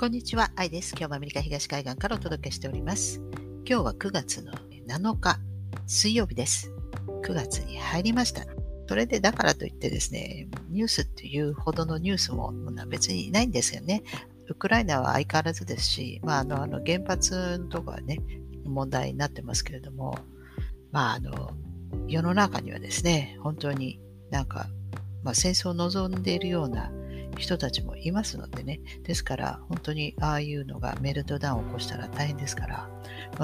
こんにちは、愛です。今日もアメリカ東海岸からお届けしております。今日は9月の7日、水曜日です。9月に入りました。それでだからといってですね、ニュースっていうほどのニュースも別にないんですよね。ウクライナは相変わらずですし、原発とかはね、問題になってますけれども、世の中にはですね、本当に戦争を望んでいるような人たちもいますのでね。ですから本当にああいうのがメルトダウンを起こしたら大変ですから、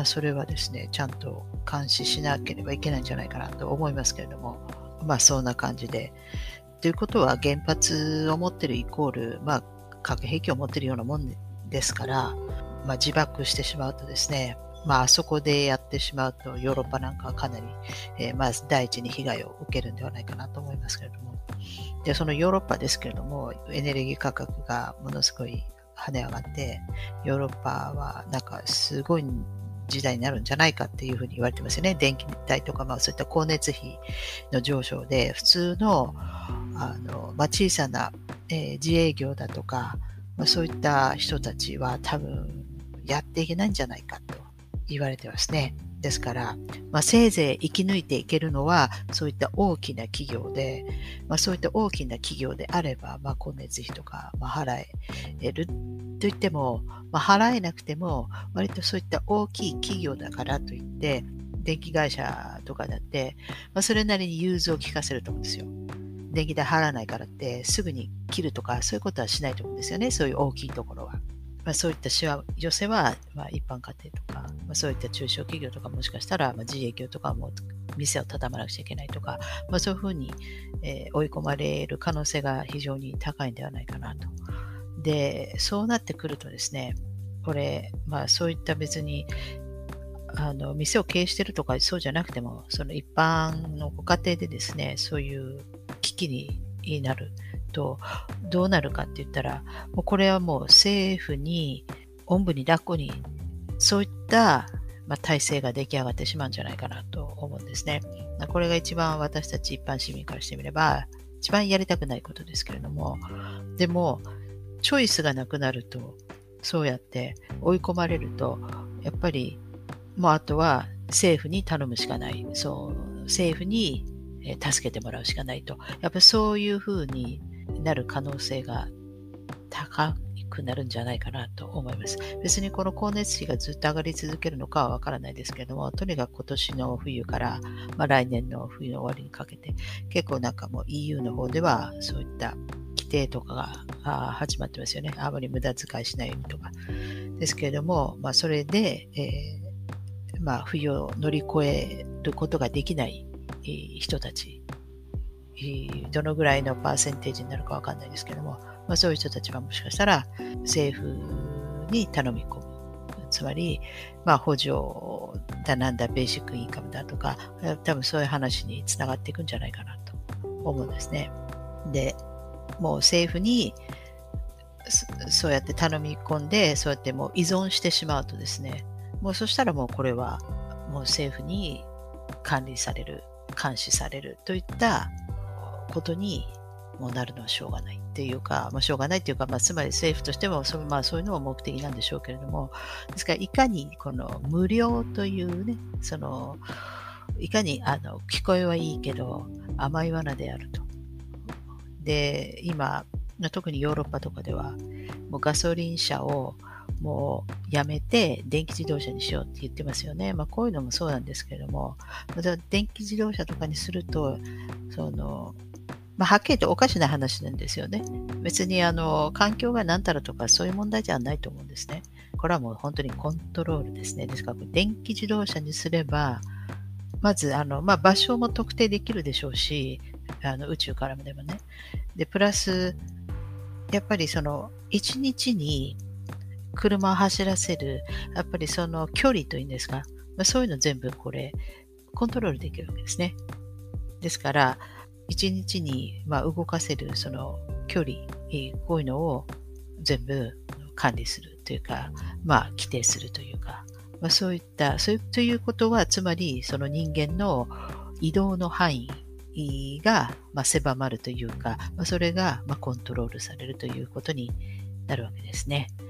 それはですね、ちゃんと監視しなければいけないんじゃないかなと思いますけれども、そんな感じで。ということは原発を持ってるイコール、核兵器を持ってるようなもんですから、自爆してしまうとですね、あそこでやってしまうとヨーロッパなんかはかなり、第一に被害を受けるんではないかなと思いますけれども。で、そのヨーロッパですけれども、エネルギー価格がものすごい跳ね上がって、ヨーロッパはすごい時代になるんじゃないかっていうふうに言われてますよね。電気代とか、そういった光熱費の上昇で、普通の、小さな、自営業だとか、そういった人たちは多分やっていけないんじゃないかと言われてますね。ですから、せいぜい生き抜いていけるのはそういった大きな企業で、そういった大きな企業であれば、光熱費とか、払えるといっても、払えなくても割とそういった大きい企業だからといって電気会社とかだって、それなりに融通を利かせると思うんですよ。電気代払わないからってすぐに切るとかそういうことはしないと思うんですよね。そういう大きいところは。そういったしわ寄せは、一般家庭とか、そういった中小企業とかもしかしたら、自営業とかも店を畳まなくちゃいけないとか、そういうふうに、追い込まれる可能性が非常に高いんではないかなと。で、そうなってくるとですね、これ、そういった別に店を経営してるとかそうじゃなくても、その一般のご家庭でですね、そういう危機になるとどうなるかって言ったら、もうこれはもう政府におんぶに抱っこにそういった体制が出来上がってしまうんじゃないかなと思うんですね。これが一番私たち一般市民からしてみれば一番やりたくないことですけれども、でもチョイスがなくなると、そうやって追い込まれると、やっぱりもうあとは政府に頼むしかない。そう、政府に助けてもらうしかないと。やっぱりそういうふうになる可能性が高くなるんじゃないかなと思います。別にこの光熱費がずっと上がり続けるのかはわからないですけれども、とにかく今年の冬から、来年の冬の終わりにかけて、結構もう EU の方ではそういった規定とかが始まってますよね。あまり無駄遣いしないようにとか。ですけれども、それで、冬を乗り越えることができない人たち、どのぐらいのパーセンテージになるかわかんないですけども、そういう人たちはもしかしたら政府に頼み込む。つまり、補助だなんだ、ベーシックインカムだとか、多分そういう話につながっていくんじゃないかなと思うんですね。で、もう政府にそうやって頼み込んで、そうやってもう依存してしまうとですね、もうそしたらもうこれはもう政府に管理される、監視されるといったことにもうなるのはしょうがないっていうか、しょうがないっていうか、つまり政府としてもそういうのが目的なんでしょうけれども、ですからいかにこの無料というね、いかに聞こえはいいけど甘い罠であると。で、今、特にヨーロッパとかでは、もうガソリン車をもうやめて電気自動車にしようって言ってますよね。こういうのもそうなんですけれども、電気自動車とかにすると、はっきりとおかしな話なんですよね。別に環境が何たらとかそういう問題じゃないと思うんですね。これはもう本当にコントロールですね。ですから電気自動車にすれば、まず場所も特定できるでしょうし、宇宙からでもね。で、プラス、やっぱり一日に車を走らせる、やっぱりその距離というんですか、そういうの全部これ、コントロールできるわけですね。ですから、一日に動かせるその距離、こういうのを全部管理するというか、規定するというか、そうということは、つまりその人間の移動の範囲が狭まるというか、それがコントロールされるということになるわけですね。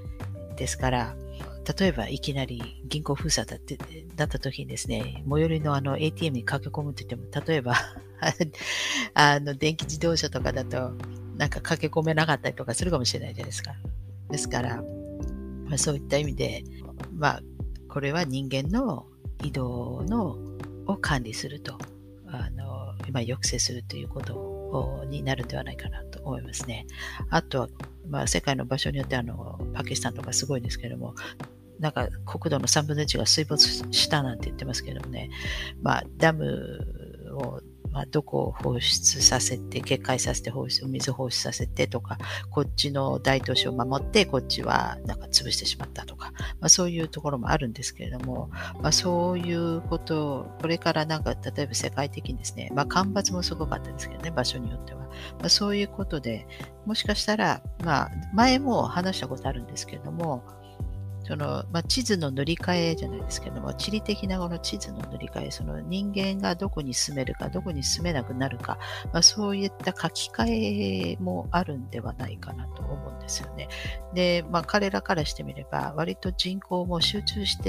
ですから、例えばいきなり銀行封鎖だった時にですね、最寄りのATM に駆け込むと言っても、例えば電気自動車とかだと、なんか駆け込めなかったりとかするかもしれないじゃないですか。ですから、そういった意味で、これは人間の移動を管理すると、抑制するということになるんではないかなと思いますね。あとは、世界の場所によってパキスタンとかすごいんですけども、なんか国土の3分の1が水没したなんて言ってますけどもね、ダムをどこを放出させて、決壊させて水放出させてとか、こっちの大都市を守って、こっちはなんか潰してしまったとか、そういうところもあるんですけれども、そういうことを、これからなんか、例えば世界的にですね、干ばつもすごかったですけどね、場所によっては。そういうことで、もしかしたら、前も話したことあるんですけれども、地図の塗り替えじゃないですけども、地理的なこの地図の塗り替え、その人間がどこに住めるか、どこに住めなくなるか、そういった書き換えもあるんではないかなと思うんですよね。で、彼らからしてみれば、割と人口も集中して、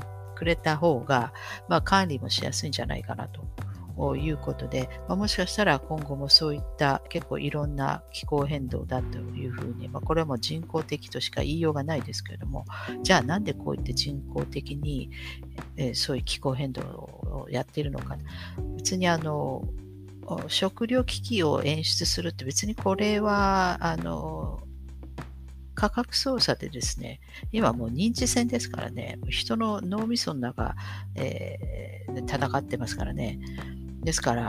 くれた方が、管理もしやすいんじゃないかなと。いうことで、もしかしたら今後もそういった結構いろんな気候変動だというふうに、これはもう人工的としか言いようがないですけれども、じゃあなんでこういって人工的に、そういう気候変動をやっているのか。別に食糧危機を演出するって別にこれは価格操作でですね、今もう認知戦ですからね、人の脳みその中、戦ってますからね。ですから、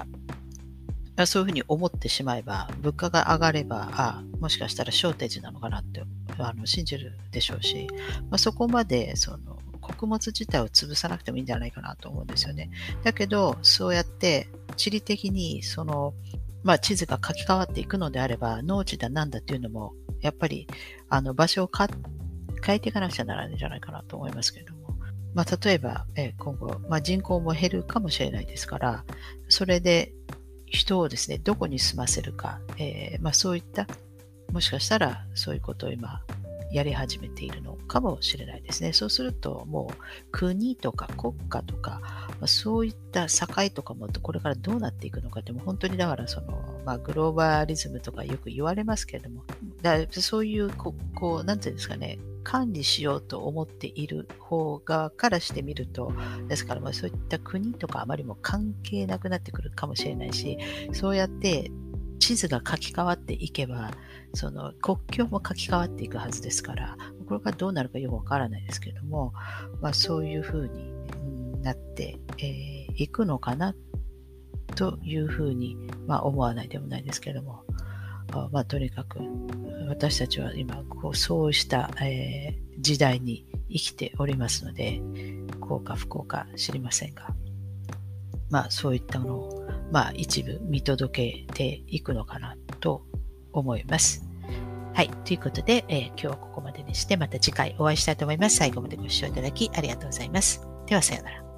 そういうふうに思ってしまえば、物価が上がれば、もしかしたらショーテージなのかなって信じるでしょうし、そこまで穀物自体を潰さなくてもいいんじゃないかなと思うんですよね。だけど、そうやって地理的に地図が書き換わっていくのであれば、農地だなんだっていうのも、やっぱり場所を変えていかなくちゃならないんじゃないかなと思いますけれども。例えば、今後、人口も減るかもしれないですから、それで人をですね、どこに住ませるか、そういった、もしかしたらそういうことを今やり始めているのかもしれないですね。そうすると、もう国とか国家とか、そういった境とかもこれからどうなっていくのかって、も本当にだからグローバリズムとかよく言われますけれども、そういうなんていうんですかね、管理しようと思っている方側からしてみると、ですからそういった国とかあまりも関係なくなってくるかもしれないし、そうやって地図が書き換わっていけば、国境も書き換わっていくはずですから、これからどうなるかよくわからないですけれども、そういうふうになっていくのかなというふうに、思わないでもないですけれども、とにかく私たちは今そうした、時代に生きておりますので、幸か不幸か知りませんが、そういったものを、一部見届けていくのかなと思います。はい。ということで、今日はここまでにして、また次回お会いしたいと思います。最後までご視聴いただきありがとうございます。では、さようなら。